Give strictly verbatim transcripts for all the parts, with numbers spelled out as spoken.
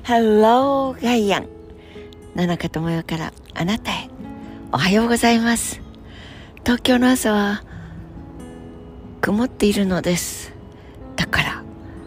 Hello ガイアン、野中智代からあなたへ。おはようございます。東京の朝は曇っているのです。だから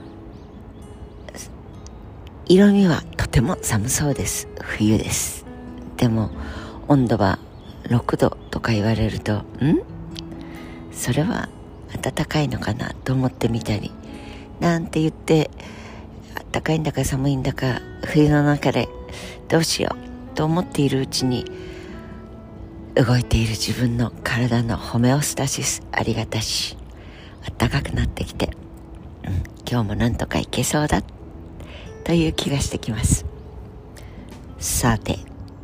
色味はとても寒そうです。冬です。でも温度はろくどとか言われると、んそれは暖かいのかなと思ってみたりなんて言って、暖かいんだか寒いんだか冬の中でどうしようと思っているうちに、動いている自分の体のホメオスタシスありがたし、暖かくなってきて、うん、今日もなんとかいけそうだという気がしてきます。さて、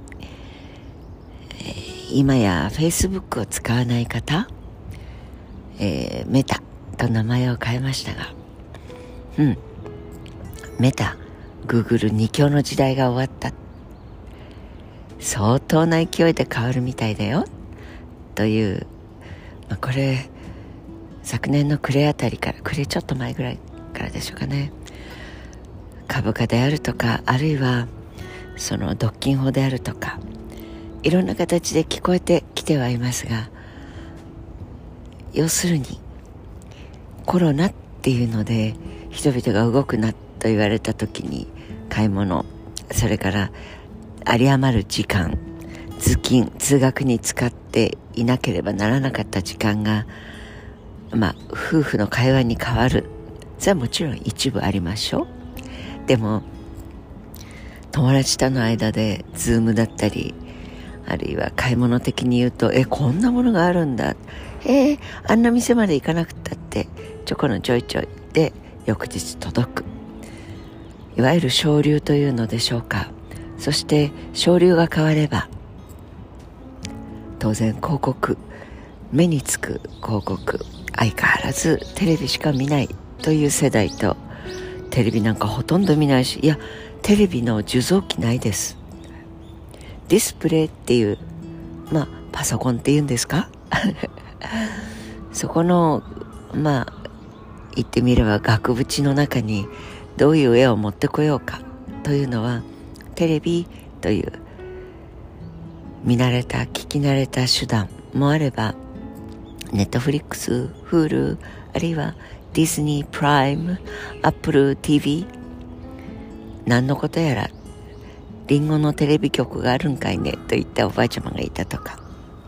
えー、今や Facebook を使わない方、えー、メタと名前を変えましたが、うんメタ、グーグル二強の時代が終わった。相当な勢いで変わるみたいだよという、まあ、これ昨年の暮れあたりから暮れちょっと前ぐらいからでしょうかね。株価であるとか、あるいはその独禁法であるとか、いろんな形で聞こえてきてはいますが、要するにコロナっていうので人々が動くなと言われた時に、買い物、それから有り余る時間、通勤通学に使っていなければならなかった時間が、まあ夫婦の会話に変わる。それはもちろん一部ありましょう。でも友達との間でズームだったり、あるいは買い物的に言うと、えこんなものがあるんだ、えー、あんな店まで行かなくたってちょこのちょいちょいで翌日届く、いわゆる省流というのでしょうか。そして省流が変われば、当然広告、目につく広告、相変わらずテレビしか見ないという世代と、テレビなんかほとんど見ないし、いやテレビの受像機ないです、ディスプレイっていう、まあパソコンっていうんですかそこのまあ言ってみれば額縁の中にどういう絵を持ってこようかというのは、テレビという見慣れた聞き慣れた手段もあれば、ネットフリックス、フール、あるいはディズニープライム、アップル ティーブイ、 何のことやらリンゴのテレビ局があるんかいねと言ったおばあちゃまがいたとか、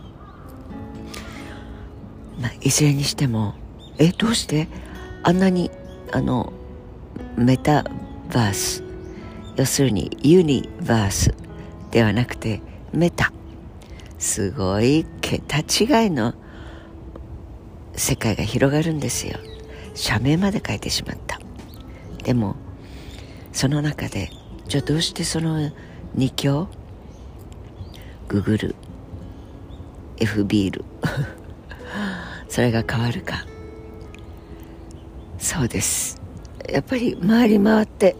まあ、いずれにしても、えどうしてあんなにあのメタバース、要するにユニバースではなくてメタ、すごい桁違いの世界が広がるんですよ。社名まで変えてしまった。でもその中で、じゃあどうしてその二強、ググル、F ビールそれが変わるか。そうです、やっぱり回り回って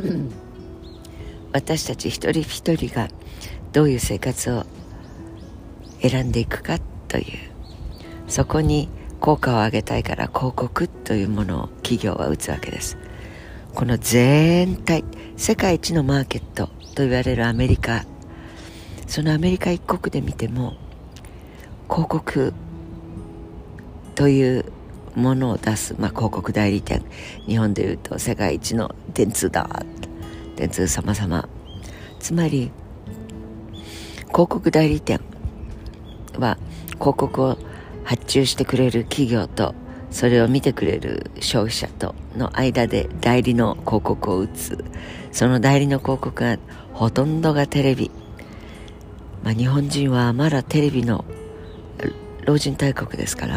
私たち一人一人がどういう生活を選んでいくかという、そこに効果を上げたいから広告というものを企業は打つわけです。この全体、世界一のマーケットと言われるアメリカ、そのアメリカ一国で見ても、広告というものを出す、まあ、広告代理店、日本でいうと世界一の電通だ、電通様々、つまり広告代理店は広告を発注してくれる企業と、それを見てくれる消費者との間で代理の広告を打つ。その代理の広告がほとんどがテレビ、まあ、日本人はまだテレビの老人大国ですから、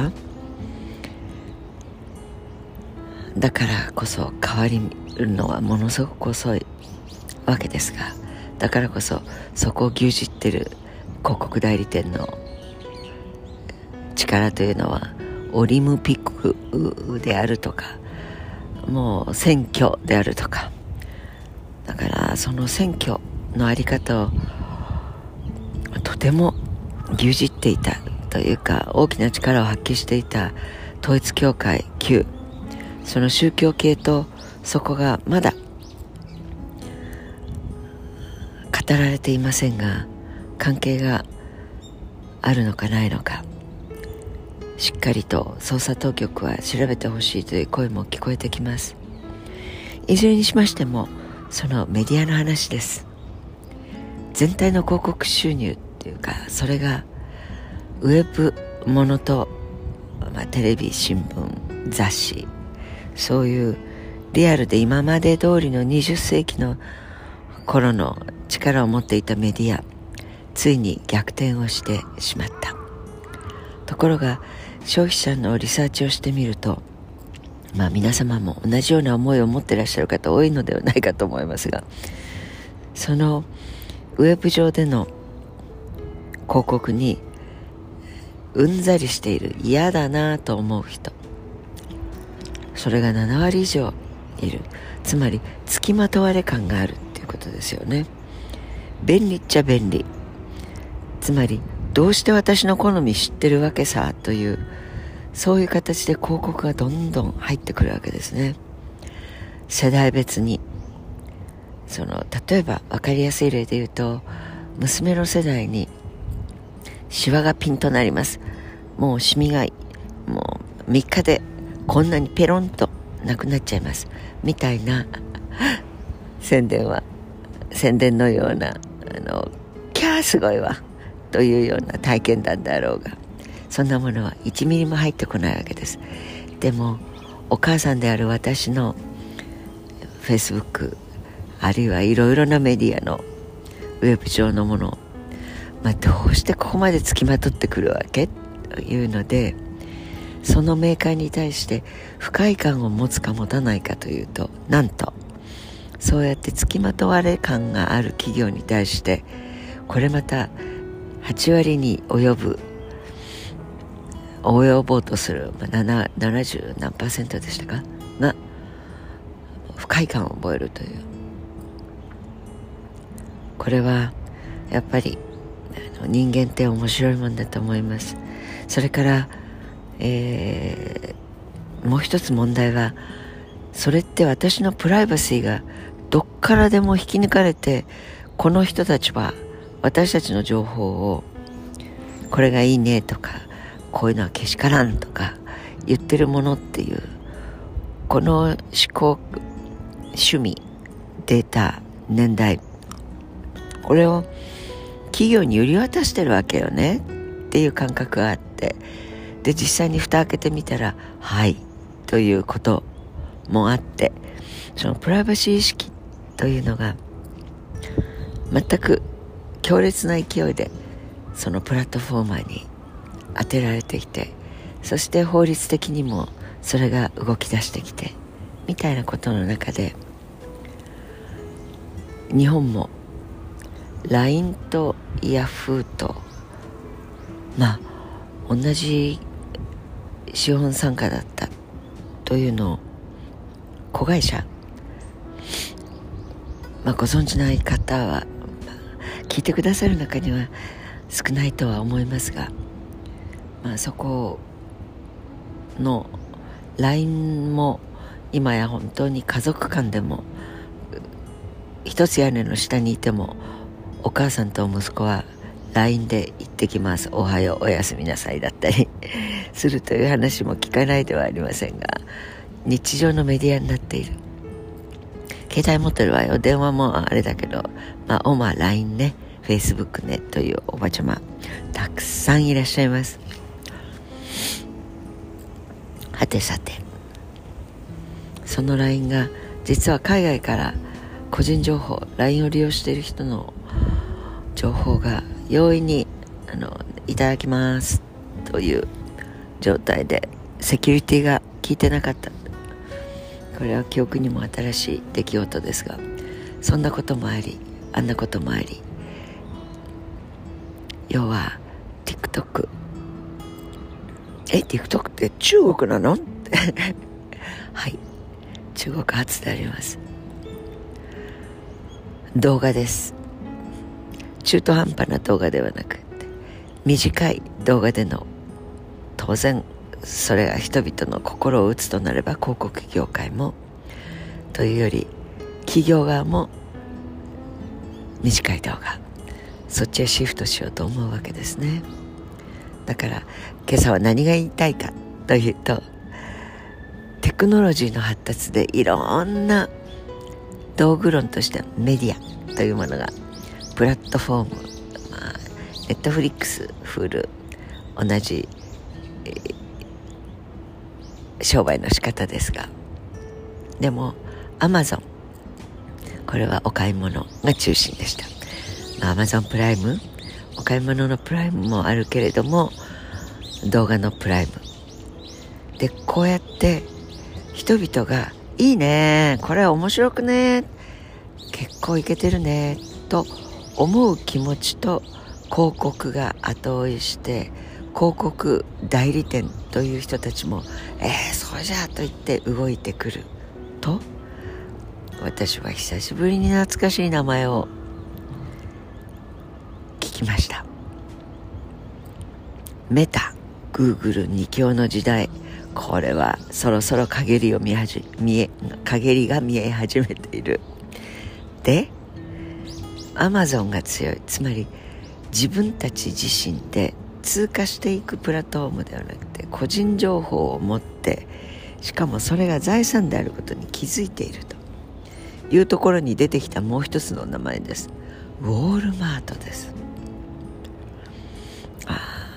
だからこそ変わりるのはものすごく遅いわけですが、だからこそそこを牛耳ってる広告代理店の力というのは、オリンピックであるとか、もう選挙であるとか、だからその選挙のあり方をとても牛耳っていたというか、大きな力を発揮していた統一教会旧、その宗教系とそこがまだ語られていませんが、関係があるのかないのか、しっかりと捜査当局は調べてほしいという声も聞こえてきます。いずれにしましても、そのメディアの話です。全体の広告収入っていうか、それがウェブものと、まあ、テレビ、新聞、雑誌、そういうリアルで今まで通りのにじゅっ世紀の頃の力を持っていたメディア、ついに逆転をしてしまった。ところが消費者のリサーチをしてみると、まあ皆様も同じような思いを持っていらっしゃる方多いのではないかと思いますが、そのウェブ上での広告にうんざりしている、嫌だなと思う人、それがなな割以上いる。つまり付きまとわれ感があるっていうことですよね。便利っちゃ便利、つまりどうして私の好み知ってるわけさという、そういう形で広告がどんどん入ってくるわけですね。世代別に、その例えば分かりやすい例で言うと、娘の世代にシワがピンとなります、もうシミがもうみっかでこんなにペロンとなくなっちゃいますみたいな宣伝は宣伝のような、あのキャーすごいわというような体験談であろうが、そんなものはいちミリも入ってこないわけです。でもお母さんである私のフェイスブック、あるいはいろいろなメディアのウェブ上のもの、まあ、どうしてここまでつきまとってくるわけというので、そのメーカーに対して不快感を持つか持たないかというと、なんとそうやってつきまとわれ感がある企業に対して、これまたはち割に及ぶ及ぼうとする、まあ、ななじゅう何パーセントでしたかが不快感を覚えるという、これはやっぱりあの人間って面白いもんだと思います。それから、えー、もう一つ問題は、それって私のプライバシーがどっからでも引き抜かれて、この人たちは私たちの情報をこれがいいねとか、こういうのはけしからんとか言ってるものっていう、この思考、趣味、データ、年代、これを企業に売り渡してるわけよねっていう感覚があって、で実際に蓋開けてみたらはいということもあって、そのプライバシー意識というのが全く強烈な勢いでそのプラットフォーマーに当てられてきて、そして法律的にもそれが動き出してきてみたいなことの中で、日本も ライン とヤフーとまあ同じ資本傘下だったというのを子会社、まあ、ご存知ない方は、まあ、聞いてくださる中には少ないとは思いますが、まあ、そこの ライン も今や本当に家族間でも一つ屋根の下にいてもお母さんと息子は ライン で行ってきます、おはよう、おやすみなさいだったりするという話も聞かないではありませんが、日常のメディアになっている。携帯持ってるわよ、電話もあれだけど、まあ、おま ライン ね、Facebook ねというおばちゃまたくさんいらっしゃいます。はてさて、その ライン が実は海外から個人情報 ライン を利用している人の情報が容易にあのいただきますという状態で、セキュリティが効いてなかった。これは記憶にも新しい出来事ですが、そんなこともありあんなこともあり、要は TikTok え TikTok って中国なのってはい中国発であります。動画です。中途半端な動画ではなくて短い動画での、当然それが人々の心を打つとなれば広告業界もというより企業側も短い動画、そっちへシフトしようと思うわけですね。だから今朝は何が言いたいかというと、テクノロジーの発達でいろんな道具論としてメディアというものが、プラットフォーム、まあ、ネットフリックス、フール、同じ、えー、商売の仕方ですが、でもアマゾン、これはお買い物が中心でした。アマゾンプライム、お買い物のプライムもあるけれども、動画のプライムで、こうやって人々がいいね、これ面白くね、結構いけてるねと思う気持ちと、広告が後追いして、広告代理店という人たちもえー、それじゃあと言って動いてくると、私は久しぶりに懐かしい名前を聞きました。メタ、グーグル二強の時代、これはそろそろ陰りを見はじ見え陰りが見え始めている。で、アマゾンが強い、つまり自分たち自身で通過していくプラットフォームではなくて、個人情報を持って、しかもそれが財産であることに気づいているというところに出てきたもう一つの名前です。ウォールマートです。ああ、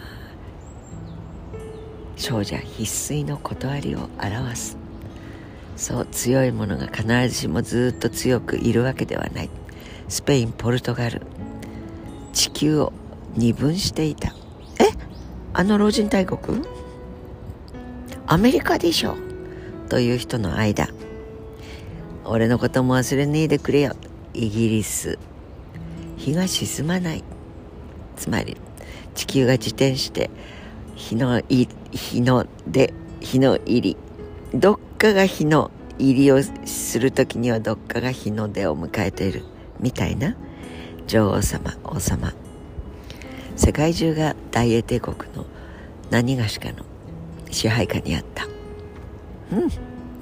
少女必須の断りを表す。そう、強いものが必ずしもずっと強くいるわけではない。スペイン、ポルトガル、地球を二分していた。え、あの老人大国、アメリカでしょという人の間、俺のことも忘れねえでくれよ、イギリス、日が沈まない、つまり地球が自転して日のい日の出日の入り、どっかが日の入りをするときにはどっかが日の出を迎えているみたいな女王様、王様、世界中が大英帝国の何がしかの支配下にあった。うん、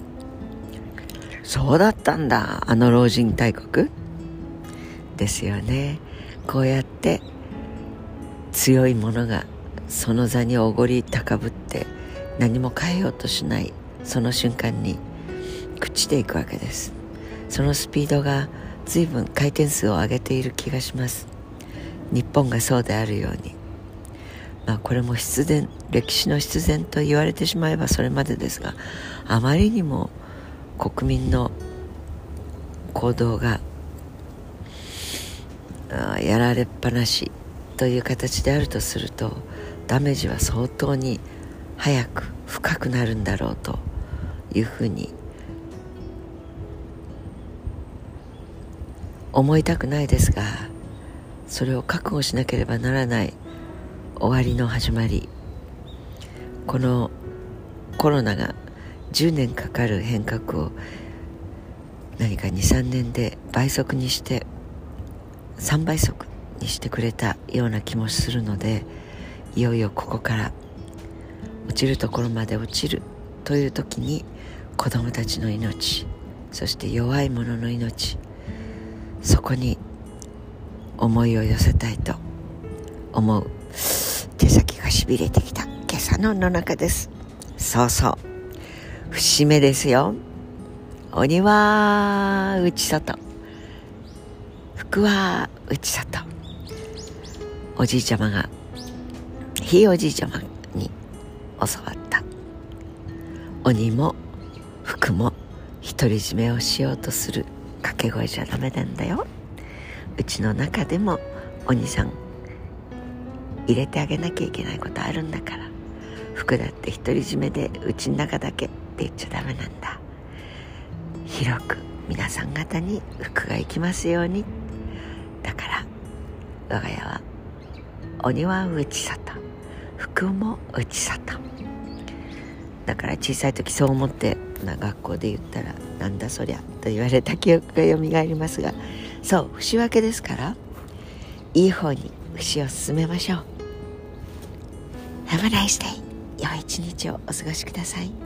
そうだったんだ、あの老人大国ですよね。こうやって強い者がその座におごり高ぶって何も変えようとしない、その瞬間に朽ちていくわけです。そのスピードが随分回転数を上げている気がします。日本がそうであるように、まあこれも必然、歴史の必然と言われてしまえばそれまでですが、あまりにも国民の行動がやられっぱなしという形であるとすると、ダメージは相当に早く深くなるんだろうというふうに思いたくないですが、それを覚悟しなければならない終わりの始まり。このコロナがじゅうねんかかる変革を何かにさんねんで倍速にしてさんばい速にしてくれたような気もするので、いよいよここから落ちるところまで落ちるという時に、子どもたちの命、そして弱い者の命、そこに思いを寄せたいと思う。手先がしびれてきた今朝の野中です。そうそう、節目ですよ。鬼は内外、福は内外。おじいちゃまがひいおじいちゃまに教わった。鬼も福も独り占めをしようとする掛け声じゃダメなんだよ。うちの中でも鬼さん入れてあげなきゃいけないことあるんだから、福だって独り占めでうちの中だけって言っちゃダメなんだ。広く皆さん方に福が行きますように。だから我が家は鬼は内外、福も内外。だから小さい時そう思ってな学校で言ったら、なんだそりゃと言われた記憶がよみがえりますが、そう、節分けですからいい方に節を進めましょう。Have a nice day。良い一日をお過ごしください。